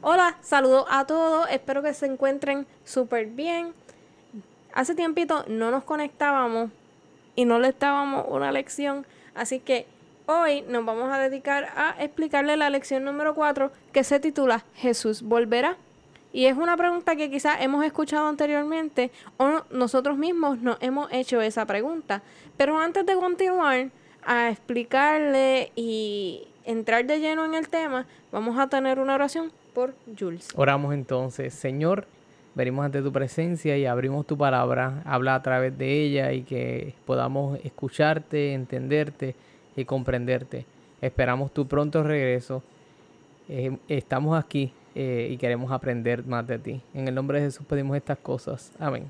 Hola, saludos a todos, espero que se encuentren súper bien. Hace tiempito no nos conectábamos y no les dábamos una lección, así que hoy nos vamos a dedicar a explicarle la lección número 4 que se titula ¿Jesús volverá? Y es una pregunta que quizás hemos escuchado anteriormente o nosotros mismos nos hemos hecho esa pregunta. Pero antes de continuar a explicarle y entrar de lleno en el tema, vamos a tener una oración por Jules. Oramos entonces. Señor, venimos ante tu presencia y abrimos tu palabra. Habla a través de ella y que podamos escucharte, entenderte y comprenderte. Esperamos tu pronto regreso. Estamos aquí y queremos aprender más de ti. En el nombre de Jesús pedimos estas cosas. Amén.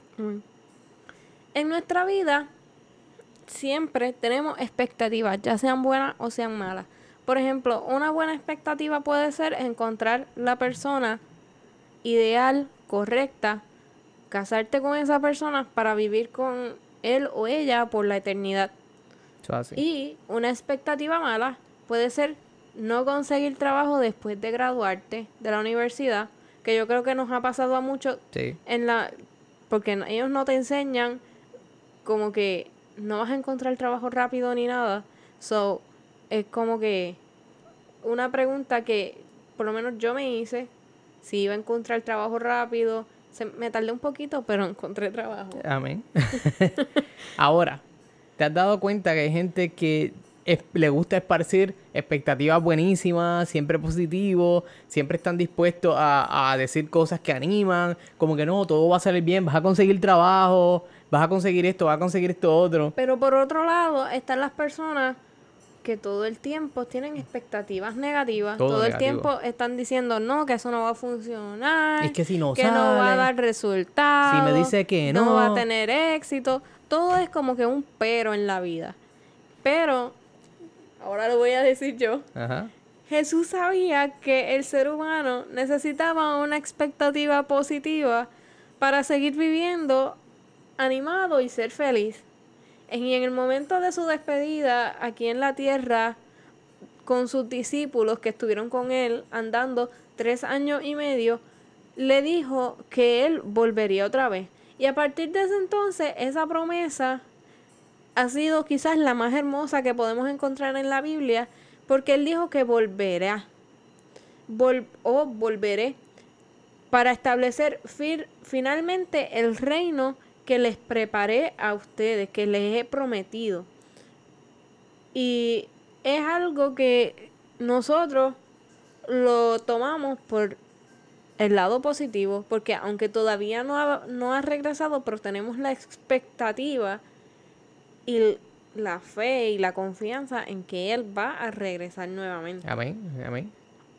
En nuestra vida siempre tenemos expectativas, ya sean buenas o sean malas. Por ejemplo, una buena expectativa puede ser encontrar la persona ideal, correcta, casarte con esa persona para vivir con él o ella por la eternidad. Eso es así. Y una expectativa mala puede ser no conseguir trabajo después de graduarte de la universidad, que yo creo que nos ha pasado a muchos Sí. porque ellos no te enseñan como que no vas a encontrar trabajo rápido ni nada. So, es como que una pregunta que por lo menos yo me hice, si iba a encontrar trabajo rápido. Me tardé un poquito, pero encontré trabajo. Amén. Ahora, ¿te has dado cuenta que hay gente que le gusta esparcir expectativas buenísimas, siempre positivos, siempre están dispuestos a decir cosas que animan, como que no, todo va a salir bien, vas a conseguir trabajo, vas a conseguir esto, vas a conseguir esto otro? Pero por otro lado, están las personas que todo el tiempo tienen expectativas negativas. Todo el tiempo están diciendo, no, que eso no va a funcionar. Es que si no que sale, no va a dar resultados. Si me dice que no, no va a tener éxito. Todo es como que un pero en la vida. Pero, ahora lo voy a decir yo. Ajá. Jesús sabía que el ser humano necesitaba una expectativa positiva para seguir viviendo animado y ser feliz. Y en el momento de su despedida aquí en la tierra, con sus discípulos que estuvieron con él andando 3 años y medio, le dijo que él volvería otra vez. Y a partir de ese entonces, esa promesa ha sido quizás la más hermosa que podemos encontrar en la Biblia, porque él dijo que volverá, volveré, para establecer finalmente el reino que les preparé a ustedes, que les he prometido. Y es algo que nosotros lo tomamos por el lado positivo, porque aunque todavía no ha regresado, pero tenemos la expectativa y la fe y la confianza en que Él va a regresar nuevamente. Amén, amén.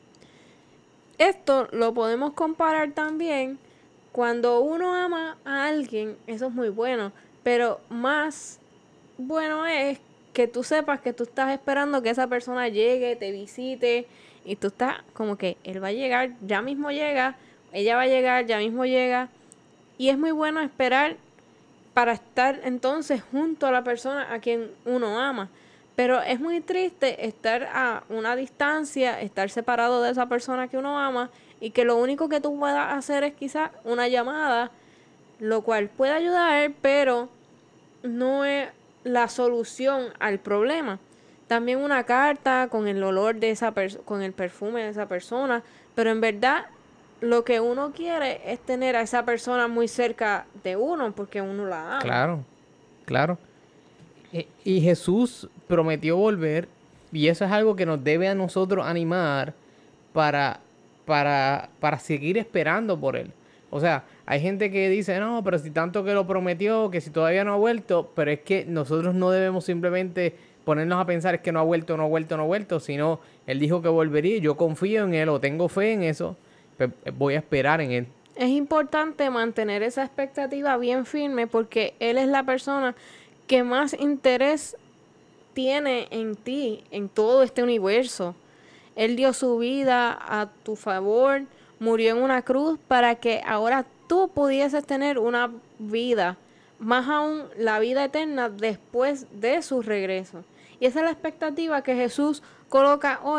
Esto lo podemos comparar también cuando uno ama a alguien, eso es muy bueno, pero más bueno es que tú sepas que tú estás esperando que esa persona llegue, te visite, y tú estás como que él va a llegar, ya mismo llega, ella va a llegar, ya mismo llega, y es muy bueno esperar para estar entonces junto a la persona a quien uno ama. Pero es muy triste estar a una distancia, estar separado de esa persona que uno ama y que lo único que tú puedas hacer es quizás una llamada, lo cual puede ayudar, pero no es la solución al problema. También una carta con el olor de esa con el perfume de esa persona, pero en verdad lo que uno quiere es tener a esa persona muy cerca de uno porque uno la ama. Claro, claro. Y Jesús prometió volver, y eso es algo que nos debe a nosotros animar para seguir esperando por Él. O sea, hay gente que dice, no, pero si tanto que lo prometió, que si todavía no ha vuelto, pero es que nosotros no debemos simplemente ponernos a pensar es que no ha vuelto, no ha vuelto, no ha vuelto, sino Él dijo que volvería y yo confío en Él o tengo fe en eso, pues voy a esperar en Él. Es importante mantener esa expectativa bien firme porque Él es la persona que más interés tiene en ti, en todo este universo. Él dio su vida a tu favor, murió en una cruz para que ahora tú pudieses tener una vida, más aún la vida eterna después de su regreso. Y esa es la expectativa que Jesús coloca hoy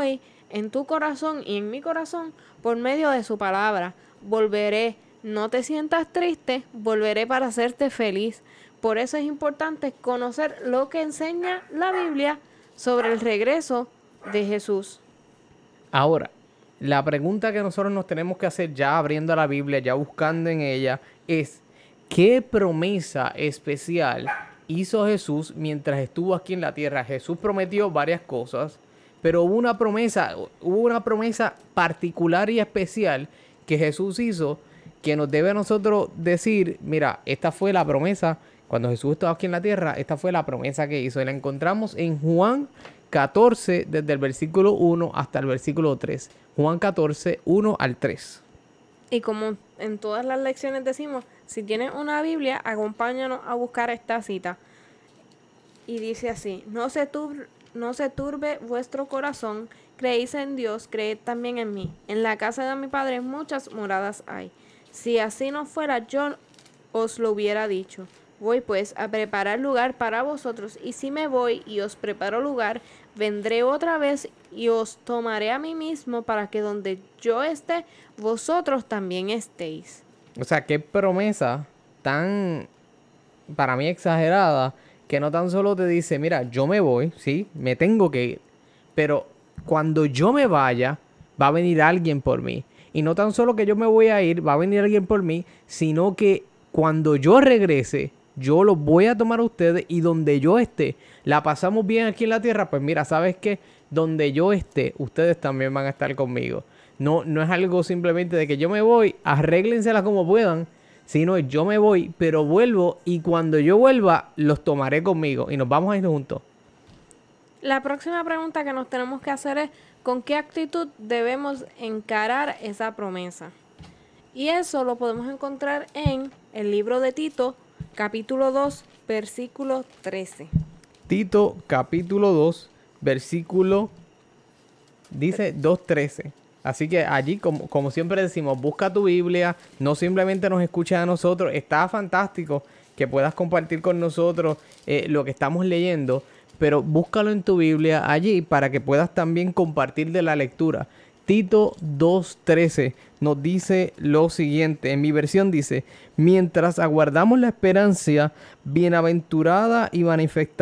en tu corazón y en mi corazón por medio de su palabra. Volveré, no te sientas triste, volveré para hacerte feliz. Por eso es importante conocer lo que enseña la Biblia sobre el regreso de Jesús. Ahora, la pregunta que nosotros nos tenemos que hacer ya abriendo la Biblia, ya buscando en ella, es ¿qué promesa especial hizo Jesús mientras estuvo aquí en la tierra? Jesús prometió varias cosas, pero hubo una promesa particular y especial que Jesús hizo que nos debe a nosotros decir, mira, esta fue la promesa, cuando Jesús estaba aquí en la tierra, esta fue la promesa que hizo. Y la encontramos en Juan 14, desde el versículo 1 hasta el versículo 3. Juan 14, 1 al 3. Y como en todas las lecciones decimos, si tienes una Biblia, acompáñanos a buscar esta cita. Y dice así: no se turbe vuestro corazón, creéis en Dios, creed también en mí. En la casa de mi Padre muchas moradas hay. Si así no fuera, yo os lo hubiera dicho. Voy pues a preparar lugar para vosotros, y si me voy y os preparo lugar, vendré otra vez y os tomaré a mí mismo, para que donde yo esté, vosotros también estéis. O sea, qué promesa tan, para mí, exagerada, que no tan solo te dice, mira, yo me voy, sí, me tengo que ir, pero cuando yo me vaya, va a venir alguien por mí. Y no tan solo que yo me voy a ir, va a venir alguien por mí, sino que cuando yo regrese, yo los voy a tomar a ustedes, y donde yo esté, la pasamos bien aquí en la tierra, pues mira, ¿sabes qué? Donde yo esté, ustedes también van a estar conmigo. No es algo simplemente de que yo me voy, arréglensela como puedan, sino yo me voy, pero vuelvo, y cuando yo vuelva, los tomaré conmigo y nos vamos a ir juntos. La próxima pregunta que nos tenemos que hacer es: ¿con qué actitud debemos encarar esa promesa? Y eso lo podemos encontrar en el libro de Tito, capítulo 2, versículo 13. Tito, capítulo 2, versículo, dice 2:13. Así que allí, como siempre decimos, busca tu Biblia, no simplemente nos escuches a nosotros. Está fantástico que puedas compartir con nosotros lo que estamos leyendo, pero búscalo en tu Biblia allí para que puedas también compartir de la lectura. Tito 2:13 nos dice lo siguiente, en mi versión dice: mientras aguardamos la esperanza bienaventurada y la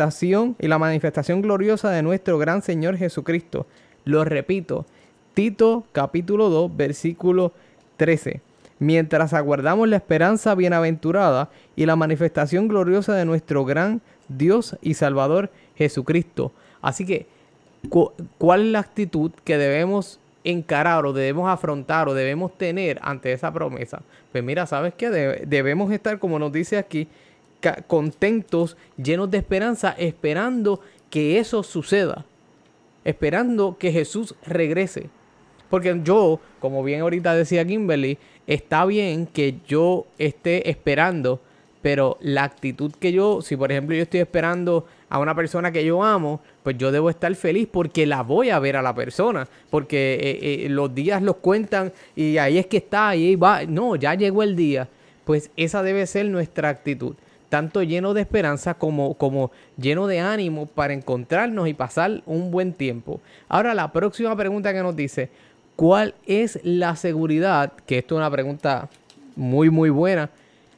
manifestación gloriosa de nuestro gran Señor Jesucristo. Lo repito, Tito capítulo 2 versículo 13. Mientras aguardamos la esperanza bienaventurada y la manifestación gloriosa de nuestro gran Dios y Salvador Jesucristo. Así que, ¿cuál es la actitud que debemos encarar o debemos afrontar o debemos tener ante esa promesa? Pues mira, ¿sabes qué? Debemos estar, como nos dice aquí, contentos, llenos de esperanza, esperando que eso suceda, esperando que Jesús regrese. Porque yo, como bien ahorita decía Kimberly, está bien que yo esté esperando, pero la actitud que si por ejemplo yo estoy esperando a una persona que yo amo, pues yo debo estar feliz porque la voy a ver a la persona, porque los días los cuentan y ahí es que está, ahí va. No, ya llegó el día. Pues esa debe ser nuestra actitud, tanto lleno de esperanza como lleno de ánimo para encontrarnos y pasar un buen tiempo. Ahora, la próxima pregunta que nos dice: ¿cuál es la seguridad? Que esto es una pregunta muy, muy buena.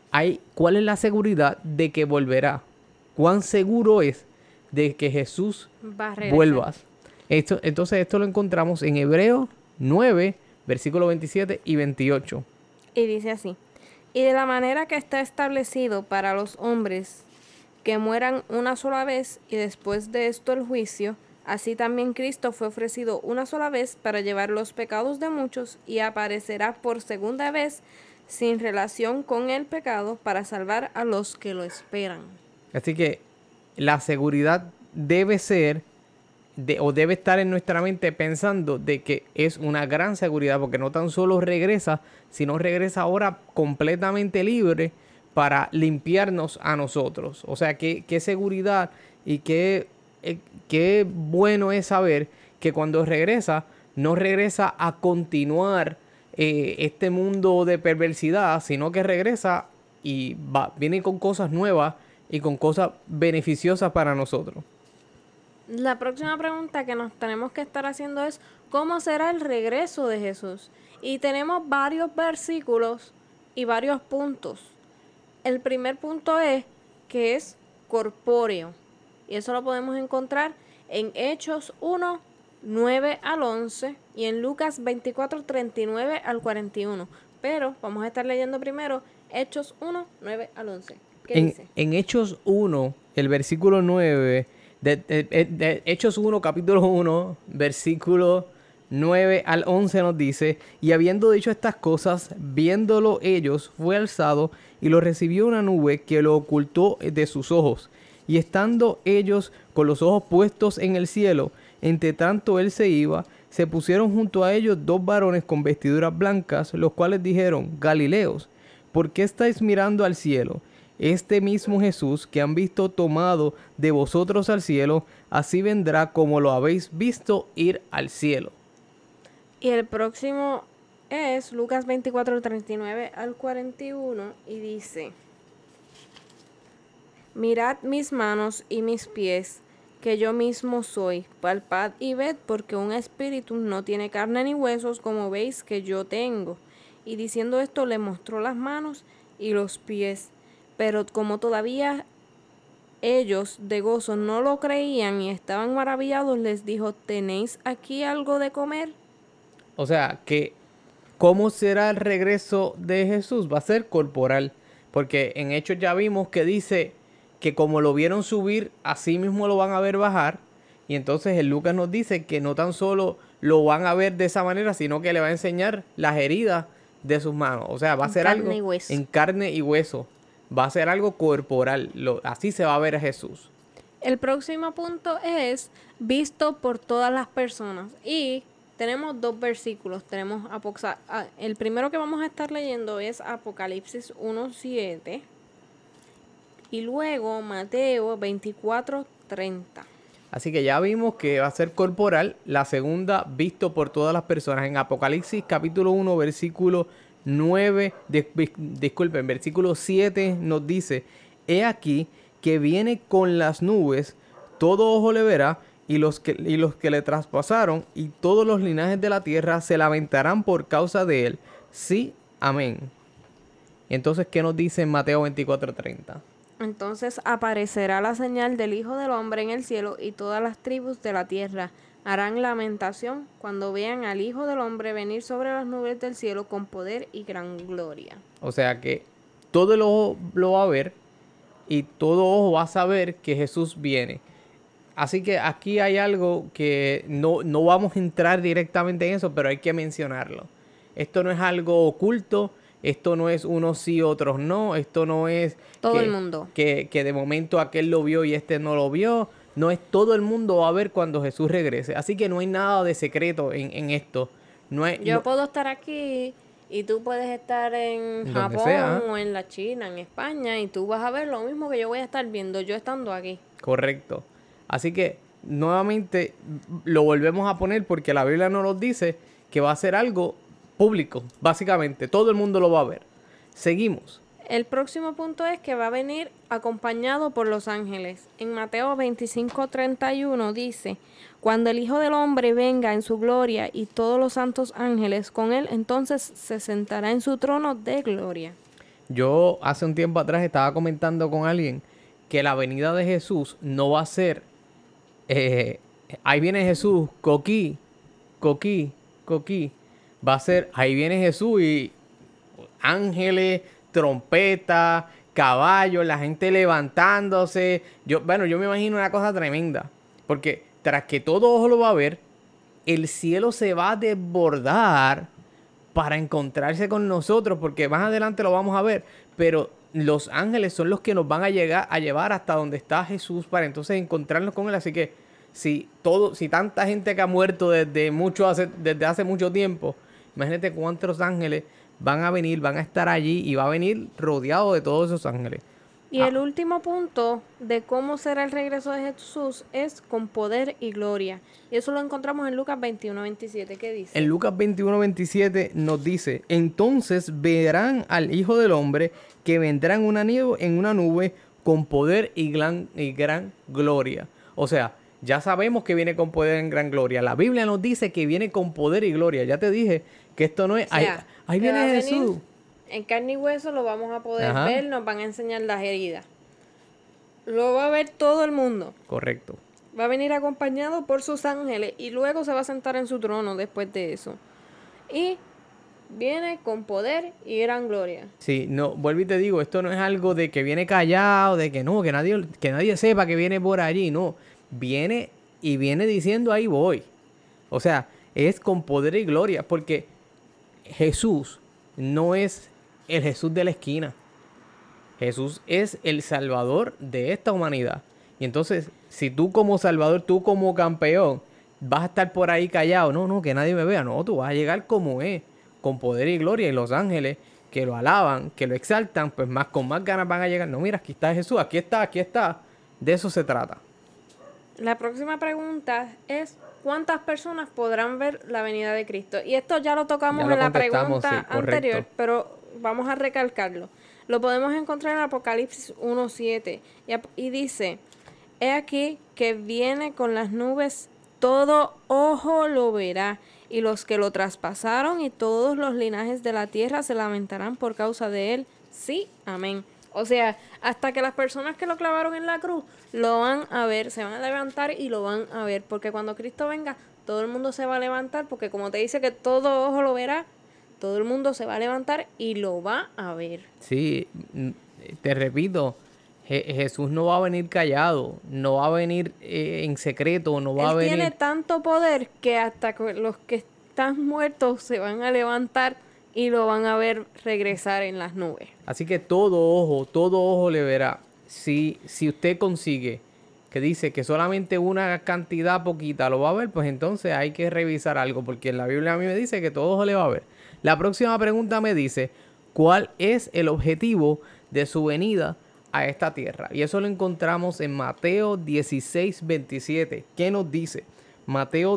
¿Cuál es la seguridad de que volverá? ¿Cuán seguro es de que Jesús vuelva? Entonces esto lo encontramos en Hebreos 9, versículos 27 y 28. Y dice así: y de la manera que está establecido para los hombres que mueran una sola vez, y después de esto el juicio, así también Cristo fue ofrecido una sola vez para llevar los pecados de muchos, y aparecerá por segunda vez sin relación con el pecado para salvar a los que lo esperan. Así que la seguridad debe ser debe estar en nuestra mente pensando de que es una gran seguridad, porque no tan solo regresa, sino regresa ahora completamente libre para limpiarnos a nosotros. O sea, qué seguridad y qué bueno es saber que cuando regresa, no regresa a continuar este mundo de perversidad, sino que regresa y viene con cosas nuevas y con cosas beneficiosas para nosotros. La próxima pregunta que nos tenemos que estar haciendo es, ¿cómo será el regreso de Jesús? Y tenemos varios versículos y varios puntos. El primer punto es que es corpóreo. Y eso lo podemos encontrar en Hechos 1, 9 al 11 y en Lucas 24, 39 al 41. Pero vamos a estar leyendo primero Hechos 1, 9 al 11. ¿Qué dice? En Hechos 1, el versículo 9, de Hechos 1, capítulo 1, versículo 9 al 11 nos dice, y habiendo dicho estas cosas, viéndolo ellos, fue alzado y lo recibió una nube que lo ocultó de sus ojos. Y estando ellos con los ojos puestos en el cielo, entre tanto él se iba, se pusieron junto a ellos dos varones con vestiduras blancas, los cuales dijeron, Galileos, ¿por qué estáis mirando al cielo? Este mismo Jesús que han visto tomado de vosotros al cielo, así vendrá como lo habéis visto ir al cielo. Y el próximo es Lucas 24, 39 al 41 y dice, mirad mis manos y mis pies, que yo mismo soy, palpad y ved, porque un espíritu no tiene carne ni huesos, como veis que yo tengo. Y diciendo esto le mostró las manos y los pies. Pero como todavía ellos de gozo no lo creían y estaban maravillados, les dijo, ¿tenéis aquí algo de comer? O sea, que ¿cómo será el regreso de Jesús? Va a ser corporal, porque en Hechos ya vimos que dice que como lo vieron subir, así mismo lo van a ver bajar. Y entonces el Lucas nos dice que no tan solo lo van a ver de esa manera, sino que le va a enseñar las heridas de sus manos. O sea, va a ser algo en carne y hueso. Va a ser algo corporal. Así se va a ver a Jesús. El próximo punto es visto por todas las personas. Y tenemos dos versículos. Tenemos el primero que vamos a estar leyendo es Apocalipsis 1:7. Y luego Mateo 24:30. Así que ya vimos que va a ser corporal. La segunda, visto por todas las personas. En Apocalipsis capítulo 1, versículo 9, versículo 7 nos dice, he aquí que viene con las nubes, todo ojo le verá, y los que le traspasaron, y todos los linajes de la tierra se lamentarán por causa de él. Sí, amén. Entonces, ¿qué nos dice en Mateo 24:30? Entonces aparecerá la señal del Hijo del Hombre en el cielo, y todas las tribus de la tierra harán lamentación cuando vean al Hijo del Hombre venir sobre las nubes del cielo con poder y gran gloria. O sea que todo el ojo lo va a ver y todo ojo va a saber que Jesús viene. Así que aquí hay algo que no vamos a entrar directamente en eso, pero hay que mencionarlo. Esto no es algo oculto. Esto no es unos sí, otros no. Esto no es todo el mundo. Que de momento aquel lo vio y este no lo vio. No es todo el mundo va a ver cuando Jesús regrese. Así que no hay nada de secreto en esto. Yo puedo estar aquí y tú puedes estar en Japón o en la China, en España, y tú vas a ver lo mismo que yo voy a estar viendo yo estando aquí. Correcto. Así que nuevamente lo volvemos a poner porque la Biblia no nos dice que va a ser algo público, básicamente. Todo el mundo lo va a ver. Seguimos. El próximo punto es que va a venir acompañado por los ángeles. En Mateo 25:31 dice, cuando el Hijo del Hombre venga en su gloria y todos los santos ángeles con él, entonces se sentará en su trono de gloria. Yo hace un tiempo atrás estaba comentando con alguien que la venida de Jesús no va a ser, ahí viene Jesús, coquí, coquí, coquí. Va a ser, ahí viene Jesús y ángeles, trompeta, caballos, la gente levantándose. Yo me imagino una cosa tremenda. Porque tras que todo ojo lo va a ver, el cielo se va a desbordar para encontrarse con nosotros. Porque más adelante lo vamos a ver. Pero los ángeles son los que nos van a llevar hasta donde está Jesús para entonces encontrarnos con él. Así que si tanta gente que ha muerto desde hace mucho tiempo, imagínate cuántos ángeles van a venir, van a estar allí y va a venir rodeado de todos esos ángeles. Y el último punto de cómo será el regreso de Jesús es con poder y gloria. Y eso lo encontramos en Lucas 21:27. ¿Qué dice? En Lucas 21:27 nos dice, entonces verán al Hijo del Hombre que vendrá en una nube con poder y gran gloria. O sea, Ya sabemos que viene con poder en gran gloria. La Biblia nos dice que viene con poder y gloria. Ya te dije que esto no es... O sea, ahí que va viene a Jesús. venir en carne y hueso, lo vamos a poder Ajá. ver, nos van a enseñar las heridas. Lo va a ver todo el mundo. Correcto. Va a venir acompañado por sus ángeles y luego se va a sentar en su trono después de eso. Y viene con poder y gran gloria. Sí, no, vuelvo y te digo, esto no es algo de que viene callado, de que no, que nadie sepa que viene por allí, no. Viene y viene diciendo ahí voy. O sea, es con poder y gloria, porque Jesús no es el Jesús de la esquina. Jesús es el Salvador de esta humanidad. Y entonces, si tú como Salvador, tú como campeón, vas a estar por ahí callado, no, que nadie me vea, no, tú vas a llegar como es, con poder y gloria, y los ángeles que lo alaban, que lo exaltan, pues más con más ganas van a llegar. No, mira, aquí está Jesús, aquí está. De eso se trata. La próxima pregunta es: ¿cuántas personas podrán ver la venida de Cristo? Y esto ya lo tocamos Ya lo en la contestamos, pregunta sí, correcto. anterior, pero vamos a recalcarlo. Lo podemos encontrar en Apocalipsis 1:7 y dice: He aquí que viene con las nubes, todo ojo lo verá, y los que lo traspasaron y todos los linajes de la tierra se lamentarán por causa de él. Sí, amén. O sea, hasta que las personas que lo clavaron en la cruz lo van a ver, se van a levantar y lo van a ver, porque cuando Cristo venga, todo el mundo se va a levantar, porque como te dice que todo ojo lo verá, todo el mundo se va a levantar y lo va a ver. Sí, te repito, Jesús no va a venir callado, no va a venir en secreto, no va a Él venir... tiene tanto poder que hasta los que están muertos se van a levantar y lo van a ver regresar en las nubes. Así que todo ojo le verá. Si usted consigue que dice que solamente una cantidad poquita lo va a ver, pues entonces hay que revisar algo, porque en la Biblia a mí me dice que todo ojo le va a ver. La próxima pregunta me dice, ¿cuál es el objetivo de su venida a esta tierra? Y eso lo encontramos en Mateo 16:27. ¿Qué nos dice? Mateo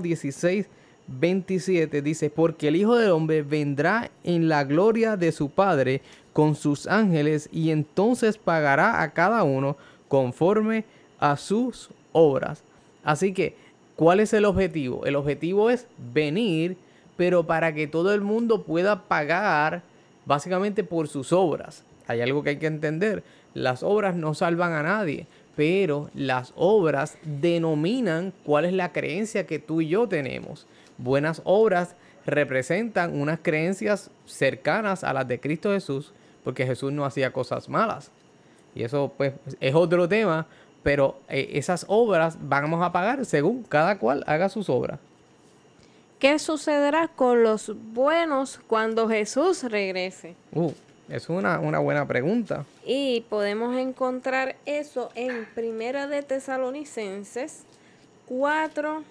16:27 dice, porque el Hijo del Hombre vendrá en la gloria de su Padre con sus ángeles y entonces pagará a cada uno conforme a sus obras. Así que, ¿cuál es el objetivo? El objetivo es venir, pero para que todo el mundo pueda pagar básicamente por sus obras. Hay algo que hay que entender. Las obras no salvan a nadie, pero las obras denominan cuál es la creencia que tú y yo tenemos. Buenas obras representan unas creencias cercanas a las de Cristo Jesús, porque Jesús no hacía cosas malas. Y eso pues es otro tema, pero esas obras vamos a pagar según cada cual haga sus obras. ¿Qué sucederá con los buenos cuando Jesús regrese? Es una buena pregunta. Y podemos encontrar eso en Primera de Tesalonicenses 4,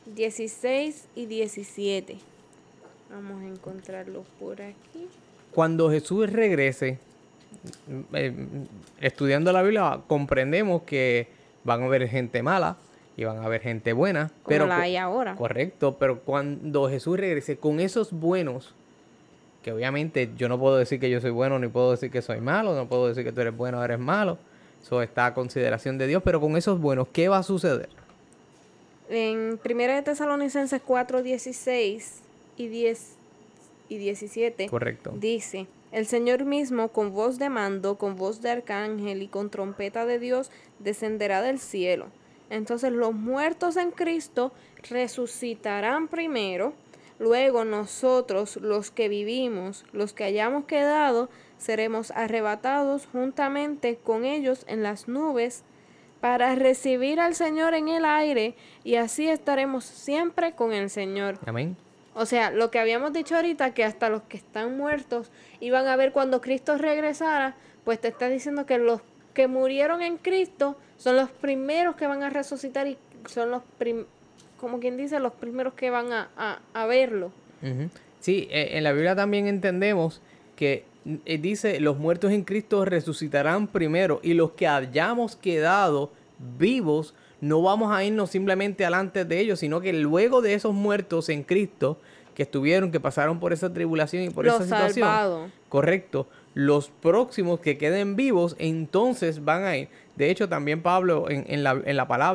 16 y 17. Vamos a encontrarlos por aquí. Cuando Jesús regrese, estudiando la Biblia, comprendemos que van a haber gente mala y van a haber gente buena. Como pero la hay ahora. Correcto, pero cuando Jesús regrese con esos buenos, que obviamente yo no puedo decir que yo soy bueno, ni puedo decir que soy malo, no puedo decir que tú eres bueno o eres malo. Eso está a consideración de Dios, pero con esos buenos, ¿qué va a suceder? En 1 de Tesalonicenses 4, 16 y 17 Correcto. dice: el Señor mismo con voz de mando, con voz de arcángel y con trompeta de Dios descenderá del cielo. Entonces los muertos en Cristo resucitarán primero. Luego nosotros, los que vivimos, los que hayamos quedado, seremos arrebatados juntamente con ellos en las nubes para recibir al Señor en el aire, y así estaremos siempre con el Señor. Amén. O sea, lo que habíamos dicho ahorita, que hasta los que están muertos iban a ver cuando Cristo regresara, pues te está diciendo que los que murieron en Cristo son los primeros que van a resucitar y son los como quien dice, los primeros que van a verlo. Uh-huh. Sí, en la Biblia también entendemos que dice, los muertos en Cristo resucitarán primero, y los que hayamos quedado vivos no vamos a irnos simplemente delante de ellos, sino que luego de esos muertos en Cristo que estuvieron, que pasaron por esa tribulación y por esa situación, salvados. Correcto, los próximos que queden vivos entonces van a ir. De hecho, también Pablo en la palabra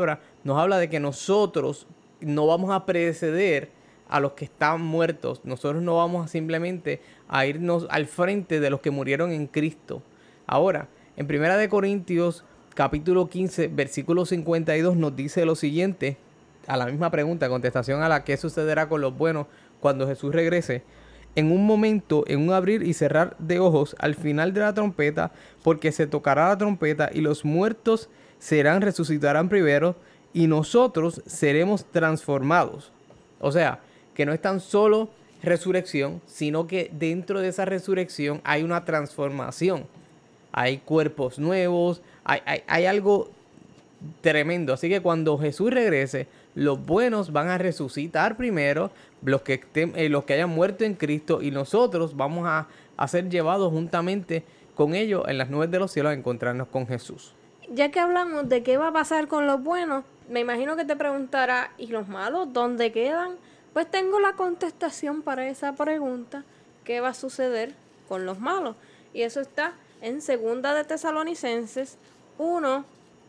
nos habla de que nosotros no vamos a preceder a los que están muertos. Nosotros no vamos simplemente a irnos al frente de los que murieron en Cristo. Ahora, en 1 Corintios capítulo 15, versículo 52 nos dice lo siguiente, a la misma pregunta, contestación a la que sucederá con los buenos cuando Jesús regrese. En un momento, en un abrir y cerrar de ojos, al final de la trompeta, porque se tocará la trompeta y los muertos resucitarán primero y nosotros seremos transformados. O sea, que no es tan solo resurrección, sino que dentro de esa resurrección hay una transformación. Hay cuerpos nuevos, hay algo tremendo. Así que cuando Jesús regrese, los buenos van a resucitar primero, los que hayan muerto en Cristo, y nosotros vamos a ser llevados juntamente con ellos en las nubes de los cielos a encontrarnos con Jesús. Ya que hablamos de qué va a pasar con los buenos, me imagino que te preguntará, ¿y los malos dónde quedan? Pues tengo la contestación para esa pregunta, ¿qué va a suceder con los malos? Y eso está en 2 de Tesalonicenses 1,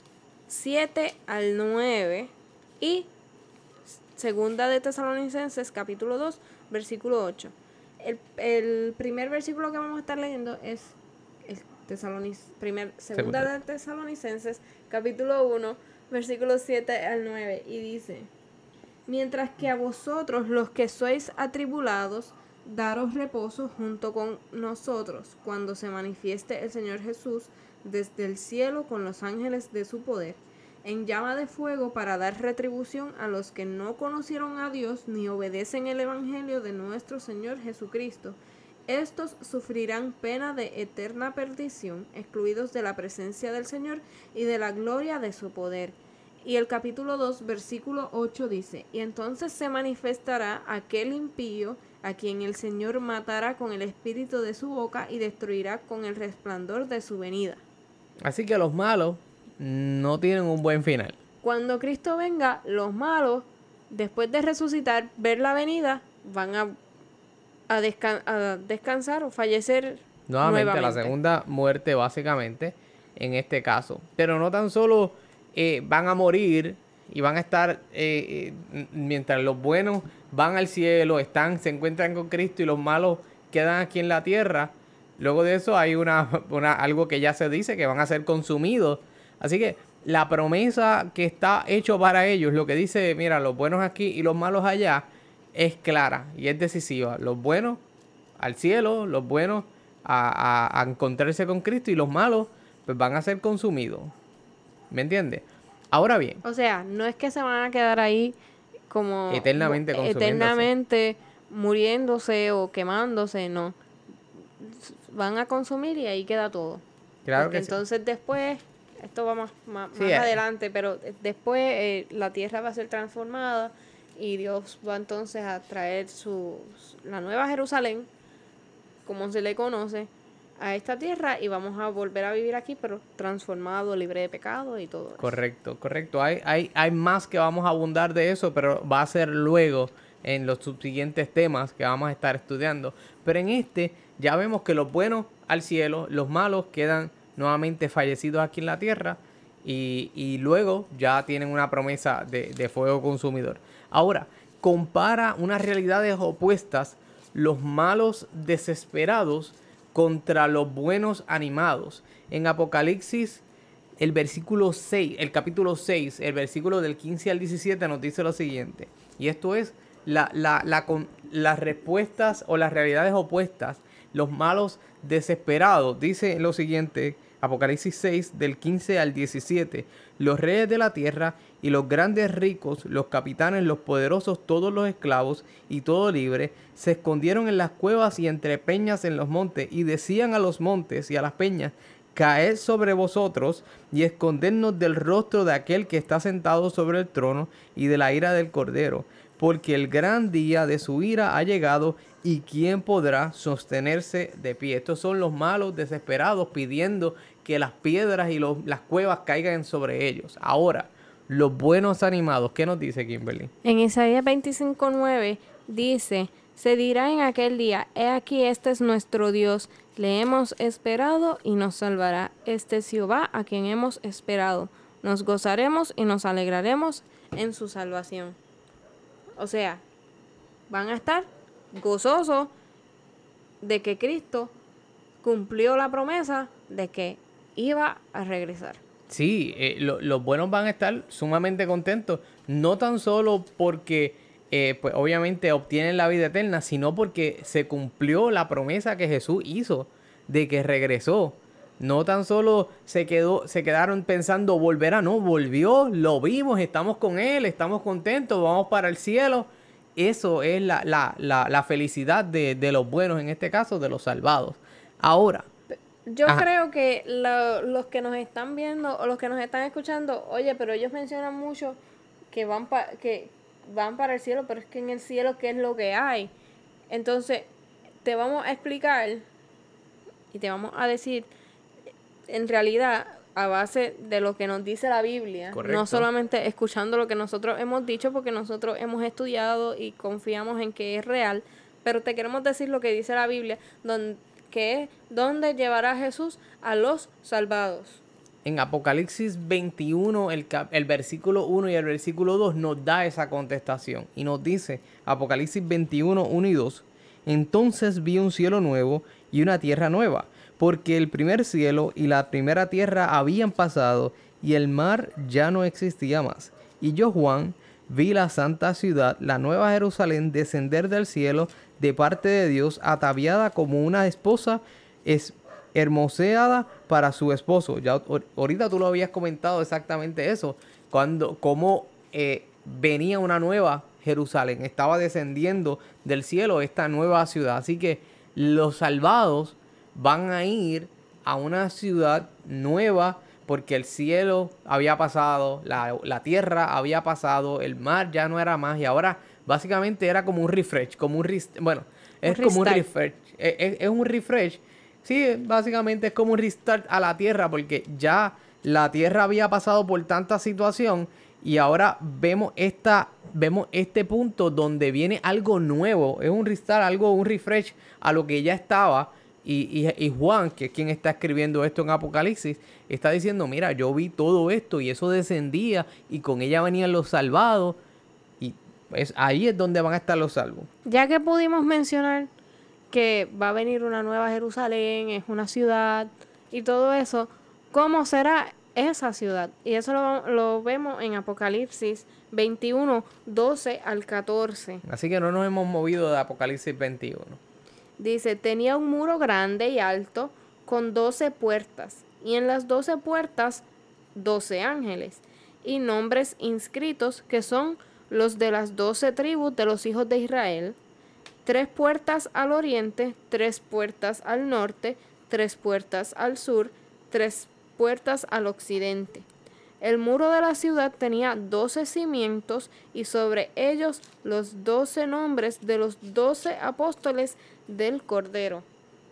7 al 9 y 2 de Tesalonicenses capítulo 2, versículo 8. El primer versículo que vamos a estar leyendo es el Segunda de Tesalonicenses capítulo 1, versículo 7 al 9, y dice: mientras que a vosotros los que sois atribulados, daros reposo junto con nosotros, cuando se manifieste el Señor Jesús desde el cielo con los ángeles de su poder, en llama de fuego, para dar retribución a los que no conocieron a Dios ni obedecen el evangelio de nuestro Señor Jesucristo. Estos sufrirán pena de eterna perdición, excluidos de la presencia del Señor y de la gloria de su poder. Y el capítulo 2, versículo 8 dice: y entonces se manifestará aquel impío, a quien el Señor matará con el espíritu de su boca y destruirá con el resplandor de su venida. Así que los malos no tienen un buen final. Cuando Cristo venga, los malos, después de resucitar, ver la venida, van a descansar o fallecer nuevamente. La segunda muerte, básicamente, en este caso. Pero no tan solo van a morir y van a estar, mientras los buenos van al cielo, se encuentran con Cristo, y los malos quedan aquí en la tierra. Luego de eso hay algo que ya se dice, que van a ser consumidos. Así que la promesa que está hecho para ellos, lo que dice, mira, los buenos aquí y los malos allá, es clara y es decisiva. Los buenos al cielo, los buenos a encontrarse con Cristo, y los malos pues van a ser consumidos. ¿Me entiendes? Ahora bien. O sea, no es que se van a quedar ahí como eternamente muriéndose o quemándose, no. Van a consumir y ahí queda todo. Claro. Porque que entonces sí. Después, esto va más adelante, pero después la tierra va a ser transformada y Dios va entonces a traer la nueva Jerusalén, como se le conoce, a esta tierra, y vamos a volver a vivir aquí, pero transformado, libre de pecado y todo eso. Correcto. Hay más que vamos a abundar de eso, pero va a ser luego en los subsiguientes temas que vamos a estar estudiando. Pero en este ya vemos que los buenos al cielo, los malos quedan nuevamente fallecidos aquí en la tierra, y luego ya tienen una promesa de fuego consumidor. Ahora, compara unas realidades opuestas, los malos desesperados contra los buenos animados. En Apocalipsis, el capítulo 6, el versículo del 15 al 17 nos dice lo siguiente. Y esto es las respuestas o las realidades opuestas. Los malos desesperados, dice lo siguiente, Apocalipsis 6, del 15 al 17. Los reyes de la tierra y los grandes ricos, los capitanes, los poderosos, todos los esclavos y todo libre, se escondieron en las cuevas y entre peñas en los montes, y decían a los montes y a las peñas: caed sobre vosotros y escondednos del rostro de aquel que está sentado sobre el trono y de la ira del Cordero, porque el gran día de su ira ha llegado, y ¿quién podrá sostenerse de pie? Estos son los malos desesperados pidiendo que las piedras y las cuevas caigan sobre ellos. Ahora, los buenos animados, ¿qué nos dice Kimberly? En Isaías 25:9 dice: se dirá en aquel día: he aquí, este es nuestro Dios, le hemos esperado y nos salvará. Este es Jehová a quien hemos esperado, nos gozaremos y nos alegraremos en su salvación. O sea, van a estar gozosos de que Cristo cumplió la promesa de que iba a regresar. Sí, los buenos van a estar sumamente contentos, no tan solo porque pues obviamente obtienen la vida eterna, sino porque se cumplió la promesa que Jesús hizo de que regresó. No tan solo se quedaron pensando volverá, no, volvió, lo vimos, estamos con él, estamos contentos, vamos para el cielo. Eso es la felicidad de los buenos, en este caso, de los salvados. Ahora, Yo ajá, creo que los que nos están viendo o los que nos están escuchando, oye, pero ellos mencionan mucho que que van para el cielo, pero es que en el cielo, ¿qué es lo que hay? Entonces, te vamos a explicar y te vamos a decir, en realidad, a base de lo que nos dice la Biblia, correcto. no solamente escuchando lo que nosotros hemos dicho, porque nosotros hemos estudiado y confiamos en que es real, pero te queremos decir lo que dice la Biblia, que es donde llevará Jesús a los salvados. En Apocalipsis 21, el versículo 1 y el versículo 2 nos da esa contestación. Y nos dice, Apocalipsis 21, 1 y 2, entonces vi un cielo nuevo y una tierra nueva, porque el primer cielo y la primera tierra habían pasado, y el mar ya no existía más. Y yo, Juan, vi la santa ciudad, la nueva Jerusalén, descender del cielo de parte de Dios, ataviada como una esposa hermoseada para su esposo. Ya ahorita tú lo habías comentado exactamente eso, cómo venía una nueva Jerusalén, estaba descendiendo del cielo esta nueva ciudad. Así que los salvados van a ir a una ciudad nueva porque el cielo había pasado, la tierra había pasado, el mar ya no era más y ahora básicamente era como un refresh, es como un refresh, es un refresh. Sí, básicamente es como un restart a la Tierra porque ya la Tierra había pasado por tanta situación y ahora vemos este punto donde viene algo nuevo. Es un restart, un refresh a lo que ya estaba. Y Juan, que es quien está escribiendo esto en Apocalipsis, está diciendo, mira, yo vi todo esto y eso descendía y con ella venían los salvados. Y pues ahí es donde van a estar los salvos. Ya que pudimos mencionar que va a venir una nueva Jerusalén, es una ciudad y todo eso, ¿cómo será esa ciudad? Y eso lo vemos en Apocalipsis 21, 12 al 14. Así que no nos hemos movido de Apocalipsis 21. Dice, tenía un muro grande y alto con 12 puertas, y en las 12 puertas 12 ángeles, y nombres inscritos que son los de las 12 tribus de los hijos de Israel. 3 puertas al oriente, 3 puertas al norte, 3 puertas al sur, 3 puertas al occidente. El muro de la ciudad tenía 12 cimientos y sobre ellos los 12 nombres de los 12 apóstoles del Cordero.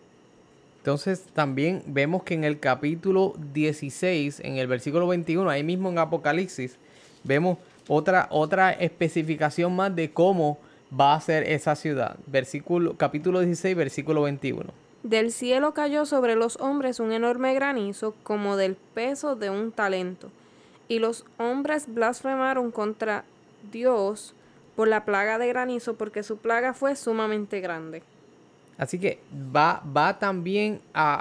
Entonces también vemos que en el capítulo 16, en el versículo 21, ahí mismo en Apocalipsis, vemos otra especificación más de cómo va a ser esa ciudad. Capítulo 16, versículo 21. Del cielo cayó sobre los hombres un enorme granizo como del peso de un talento. Y los hombres blasfemaron contra Dios por la plaga de granizo, porque su plaga fue sumamente grande. Así que va también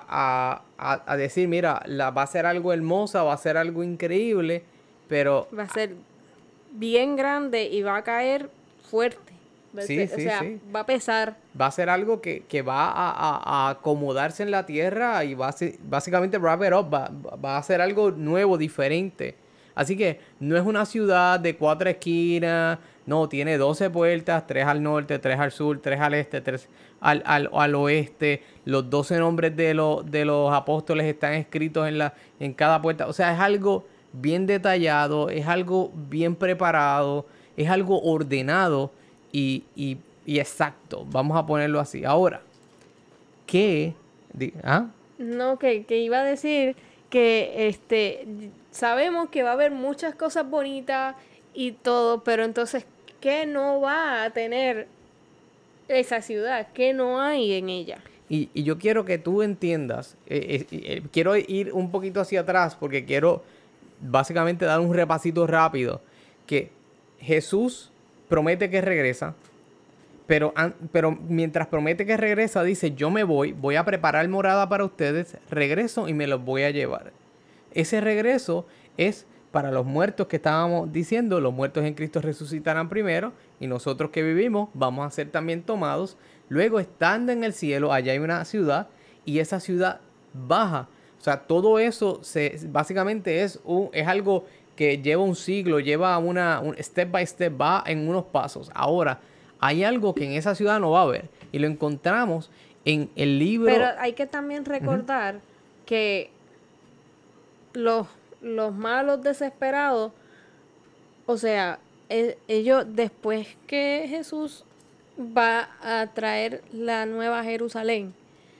a decir, mira, va a ser algo hermosa, va a ser algo increíble, pero... Va a ser bien grande y va a caer fuerte. Sí, va a pesar. Va a ser algo que va a acomodarse en la tierra y básicamente wrap it up, va a ser algo nuevo, diferente. Así que no es una ciudad de 4 esquinas, no, tiene 12 puertas, 3 al norte, 3 al sur, 3 al este, 3 al oeste. Los 12 nombres de los apóstoles están escritos en cada puerta. O sea, es algo bien detallado, es algo bien preparado, es algo ordenado y exacto. Vamos a ponerlo así. Ahora, ¿qué? No, que iba a decir que sabemos que va a haber muchas cosas bonitas y todo, pero entonces, ¿qué no va a tener esa ciudad? ¿Qué no hay en ella? Y yo quiero que tú entiendas, quiero ir un poquito hacia atrás porque quiero básicamente dar un repasito rápido, que Jesús promete que regresa, pero mientras promete que regresa, dice, yo me voy a preparar morada para ustedes, regreso y me los voy a llevar. Ese regreso es para los muertos que estábamos diciendo, los muertos en Cristo resucitarán primero y nosotros que vivimos vamos a ser también tomados. Luego, estando en el cielo, allá hay una ciudad y esa ciudad baja. O sea, todo eso básicamente es algo que lleva un siglo, lleva un step by step, va en unos pasos. Ahora, hay algo que en esa ciudad no va a haber y lo encontramos en el libro. Pero hay que también recordar que los malos desesperados, o sea, ellos después que Jesús va a traer la nueva Jerusalén,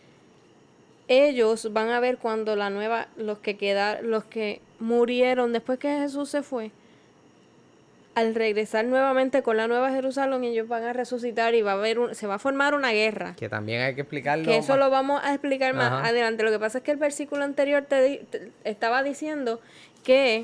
ellos van a ver cuando los que murieron después que Jesús se fue, al regresar nuevamente con la nueva Jerusalén, ellos van a resucitar y se va a formar una guerra. Que también hay que explicarlo. Que eso lo vamos a explicar más Ajá. adelante. Lo que pasa es que el versículo anterior te estaba diciendo que,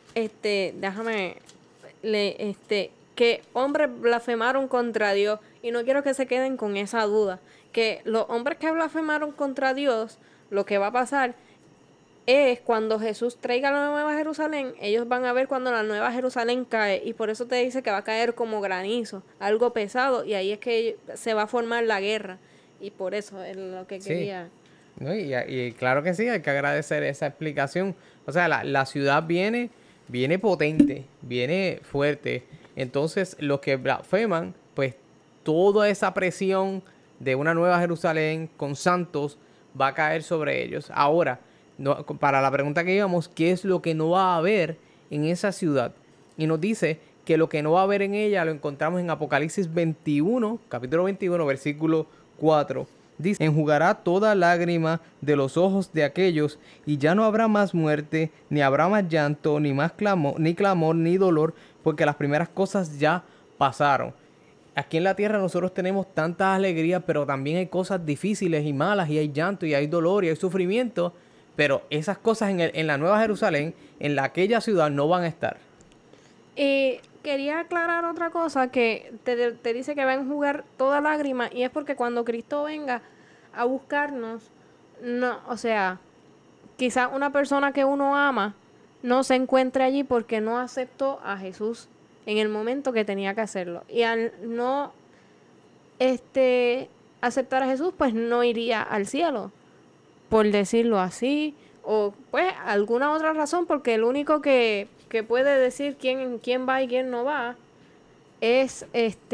que hombres blasfemaron contra Dios. Y no quiero que se queden con esa duda. Que los hombres que blasfemaron contra Dios, lo que va a pasar es cuando Jesús traiga la nueva Jerusalén, ellos van a ver cuando la nueva Jerusalén cae, y por eso te dice que va a caer como granizo, algo pesado, y ahí es que se va a formar la guerra, y por eso es lo que quería. ¿No? Y claro que sí, hay que agradecer esa explicación. O sea, la ciudad viene potente, viene fuerte. Entonces, los que blasfeman, pues toda esa presión de una nueva Jerusalén con santos va a caer sobre ellos. Ahora, no, para la pregunta que íbamos, ¿qué es lo que no va a haber en esa ciudad? Y nos dice que lo que no va a haber en ella lo encontramos en Apocalipsis 21, capítulo 21, versículo 4. Dice, enjugará toda lágrima de los ojos de aquellos, y ya no habrá más muerte, ni habrá más llanto, ni más clamor, ni dolor, porque las primeras cosas ya pasaron. Aquí en la tierra nosotros tenemos tantas alegrías, pero también hay cosas difíciles y malas, y hay llanto, y hay dolor, y hay sufrimiento. Pero esas cosas en la Nueva Jerusalén, en aquella ciudad, no van a estar. Y quería aclarar otra cosa, que te dice que va a enjugar toda lágrima, y es porque cuando Cristo venga a buscarnos, no, o sea, quizás una persona que uno ama no se encuentre allí porque no aceptó a Jesús en el momento que tenía que hacerlo. Y al no aceptar a Jesús, pues no iría al cielo, por decirlo así, o pues alguna otra razón, porque el único que puede decir quién va y quién no va es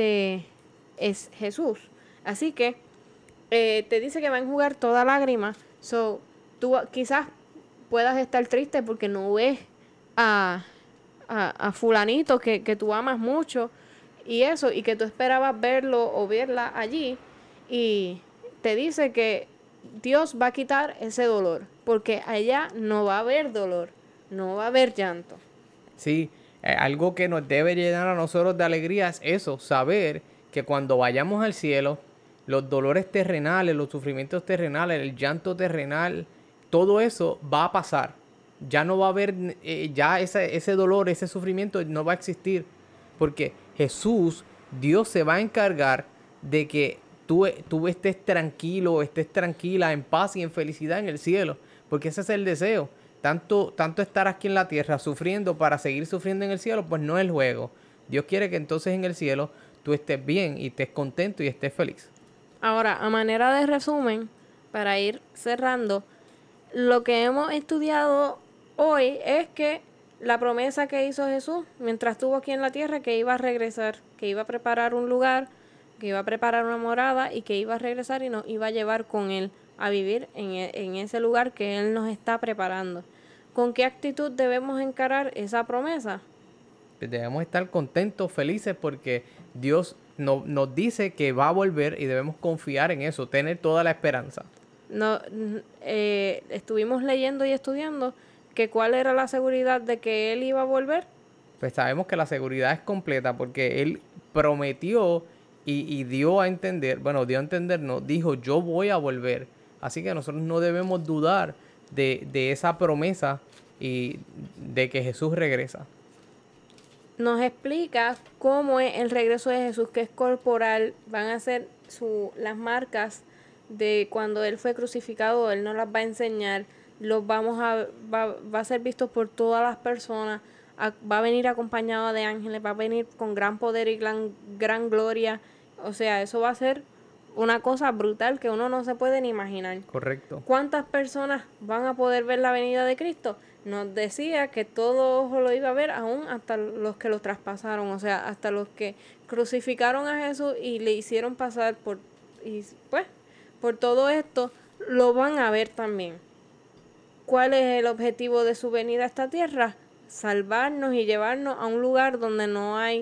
Jesús. Así que te dice que va a enjugar toda lágrima. So, tú quizás puedas estar triste porque no ves a fulanito que tú amas mucho y eso, y que tú esperabas verlo o verla allí, y te dice que Dios va a quitar ese dolor, porque allá no va a haber dolor, no va a haber llanto. Sí, algo que nos debe llenar a nosotros de alegría es eso, saber que cuando vayamos al cielo, los dolores terrenales, los sufrimientos terrenales, el llanto terrenal, todo eso va a pasar. Ya no va a haber, ya ese dolor, ese sufrimiento no va a existir, porque Jesús, Dios se va a encargar de que tú estés tranquilo, estés tranquila, en paz y en felicidad en el cielo, porque ese es el deseo. Tanto estar aquí en la tierra sufriendo para seguir sufriendo en el cielo, pues no es el juego. Dios quiere que entonces en el cielo tú estés bien y estés contento y estés feliz. Ahora, a manera de resumen, para ir cerrando, lo que hemos estudiado hoy es que la promesa que hizo Jesús mientras estuvo aquí en la tierra, que iba a regresar, que iba a preparar un lugar, que iba a preparar una morada y que iba a regresar y nos iba a llevar con él a vivir en ese lugar que él nos está preparando. ¿Con qué actitud debemos encarar esa promesa? Debemos estar contentos, felices, porque Dios nos dice que va a volver y debemos confiar en eso, tener toda la esperanza. Estuvimos leyendo y estudiando que cuál era la seguridad de que él iba a volver. Pues sabemos que la seguridad es completa porque él prometió y dio a entender, dijo, yo voy a volver. Así que nosotros no debemos dudar de esa promesa y de que Jesús regresa. Nos explica cómo es el regreso de Jesús, que es corporal. Van a ser las marcas de cuando Él fue crucificado. Él nos las va a enseñar. Va a ser visto por todas las personas. Va a venir acompañado de ángeles. Va a venir con gran poder y gran gloria. O sea, eso va a ser una cosa brutal que uno no se puede ni imaginar. Correcto. ¿Cuántas personas van a poder ver la venida de Cristo? Nos decía que todo ojo lo iba a ver, aún hasta los que lo traspasaron, o sea, hasta los que crucificaron a Jesús y le hicieron pasar por todo esto, lo van a ver también. ¿Cuál es el objetivo de su venida a esta tierra? Salvarnos y llevarnos a un lugar donde no hay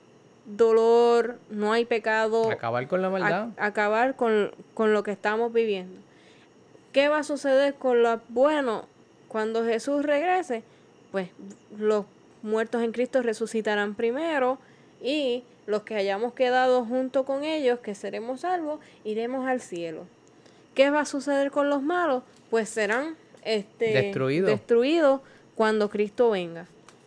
dolor, no hay pecado. Acabar con la maldad. Acabar con lo que estamos viviendo. ¿Qué va a suceder con lo bueno? Cuando Jesús regrese, pues los muertos en Cristo resucitarán primero y los que hayamos quedado junto con ellos, que seremos salvos, iremos al cielo. ¿Qué va a suceder con los malos? Pues serán destruidos cuando Cristo venga.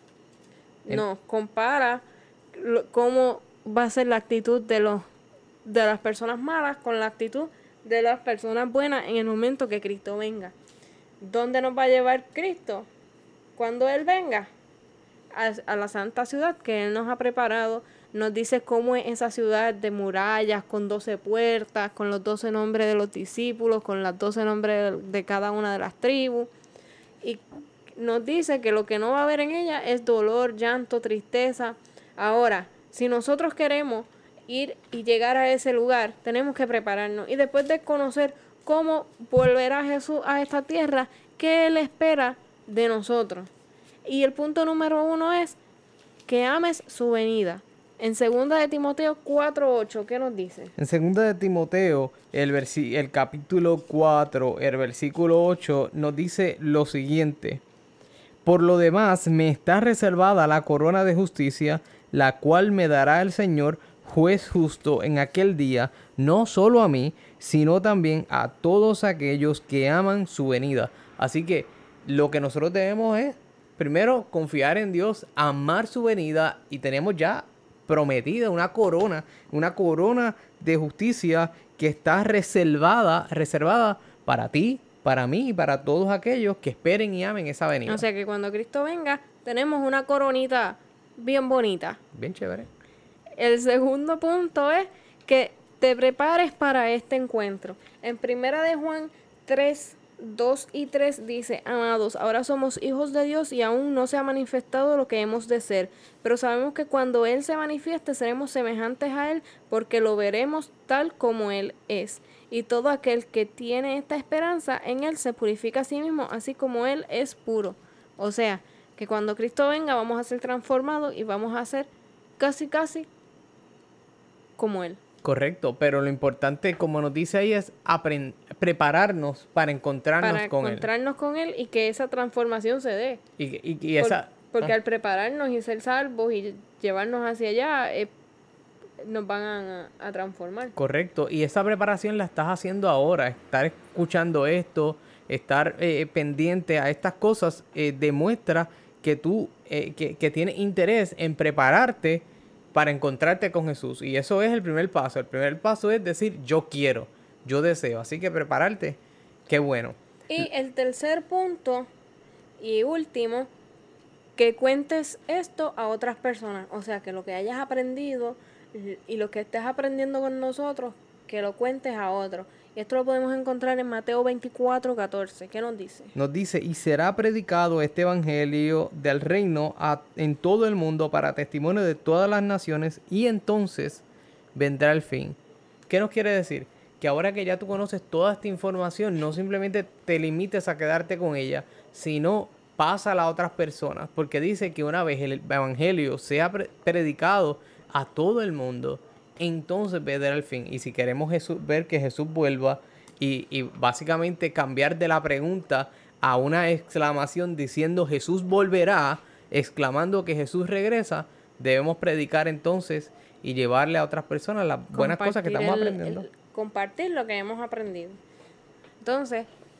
Nos compara cómo va a ser la actitud de las personas malas con la actitud de las personas buenas en el momento que Cristo venga. ¿Dónde nos va a llevar Cristo? Cuando Él venga a la santa ciudad que Él nos ha preparado. Nos dice cómo es esa ciudad de murallas, con 12 puertas, con los 12 nombres de los discípulos, con los 12 nombres de cada una de las tribus. Y nos dice que lo que no va a haber en ella es dolor, llanto, tristeza. Ahora, si nosotros queremos ir y llegar a ese lugar, tenemos que prepararnos. Y después de conocer cómo volverá Jesús a esta tierra, ¿qué Él espera de nosotros? Y el punto número 1 es que ames su venida. En 2 de Timoteo 4:8, ¿qué nos dice? En 2 de Timoteo, el capítulo 4, el versículo 8, nos dice lo siguiente. Por lo demás, me está reservada la corona de justicia, la cual me dará el Señor, juez justo, en aquel día, no solo a mí, sino también a todos aquellos que aman su venida. Así que lo que nosotros debemos es, primero, confiar en Dios, amar su venida, y tenemos ya prometida una corona de justicia que está reservada para ti, para mí y para todos aquellos que esperen y amen esa venida. O sea que cuando Cristo venga, tenemos una coronita bien bonita. Bien chévere. El segundo punto es que te prepares para este encuentro. En 1 de Juan 3:2-3 dice: Amados, ahora somos hijos de Dios y aún no se ha manifestado lo que hemos de ser, pero sabemos que cuando Él se manifieste seremos semejantes a Él, porque lo veremos tal como Él es. Y todo aquel que tiene esta esperanza en Él se purifica a sí mismo, así como Él es puro. O sea, que cuando Cristo venga vamos a ser transformados y vamos a ser casi como Él. Correcto, pero lo importante, como nos dice ahí, es prepararnos para encontrarnos con Él. Para encontrarnos con Él y que esa transformación se dé. Porque al prepararnos y ser salvos y llevarnos hacia allá, nos van a transformar. Correcto, y esa preparación la estás haciendo ahora. Estar escuchando esto, estar pendiente a estas cosas, demuestra que tú que tienes interés en prepararte para encontrarte con Jesús. Y eso es el primer paso. El primer paso es decir, yo quiero, yo deseo. Así que prepararte, qué bueno. Y el tercer punto y último, que cuentes esto a otras personas. O sea, que lo que hayas aprendido y lo que estés aprendiendo con nosotros, que lo cuentes a otros. Y esto lo podemos encontrar en Mateo 24:14. ¿Qué nos dice? Nos dice, y será predicado este evangelio del reino en todo el mundo para testimonio de todas las naciones, y entonces vendrá el fin. ¿Qué nos quiere decir? Que ahora que ya tú conoces toda esta información, no simplemente te limites a quedarte con ella, sino pásala a otras personas. Porque dice que una vez el evangelio sea predicado a todo el mundo, entonces vendrá el fin. Y si queremos ver que Jesús vuelva y básicamente cambiar de la pregunta a una exclamación diciendo Jesús volverá, exclamando que Jesús regresa, debemos predicar entonces y llevarle a otras personas las buenas cosas que estamos aprendiendo. Compartir lo que hemos aprendido. Entonces,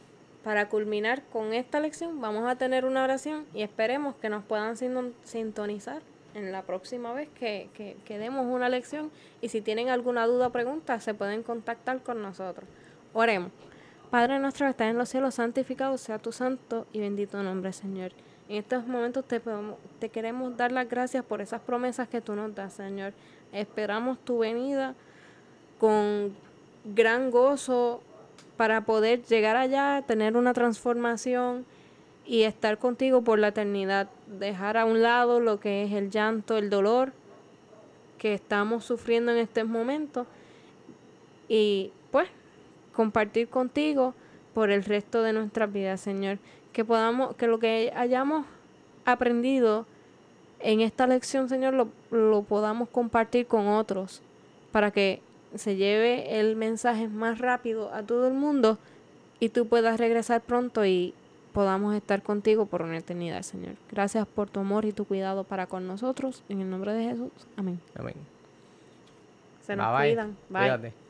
para culminar con esta lección, vamos a tener una oración y esperemos que nos puedan sintonizar en la próxima vez que demos una lección. Y si tienen alguna duda o pregunta, se pueden contactar con nosotros. Oremos. Padre nuestro que estás en los cielos, santificado sea tu santo y bendito nombre, Señor. En estos momentos te queremos dar las gracias por esas promesas que tú nos das, Señor. Esperamos tu venida con gran gozo para poder llegar allá, tener una transformación y estar contigo por la eternidad. Dejar a un lado lo que es el llanto, el dolor que estamos sufriendo en este momento y pues compartir contigo por el resto de nuestras vidas, Señor. Que lo que hayamos aprendido en esta lección, Señor, lo podamos compartir con otros para que se lleve el mensaje más rápido a todo el mundo y tú puedas regresar pronto y podamos estar contigo por una eternidad, Señor. Gracias por tu amor y tu cuidado para con nosotros. En el nombre de Jesús. Amén. Amén. Se nos Bye, bye. cuidan. Bye. Cuídate.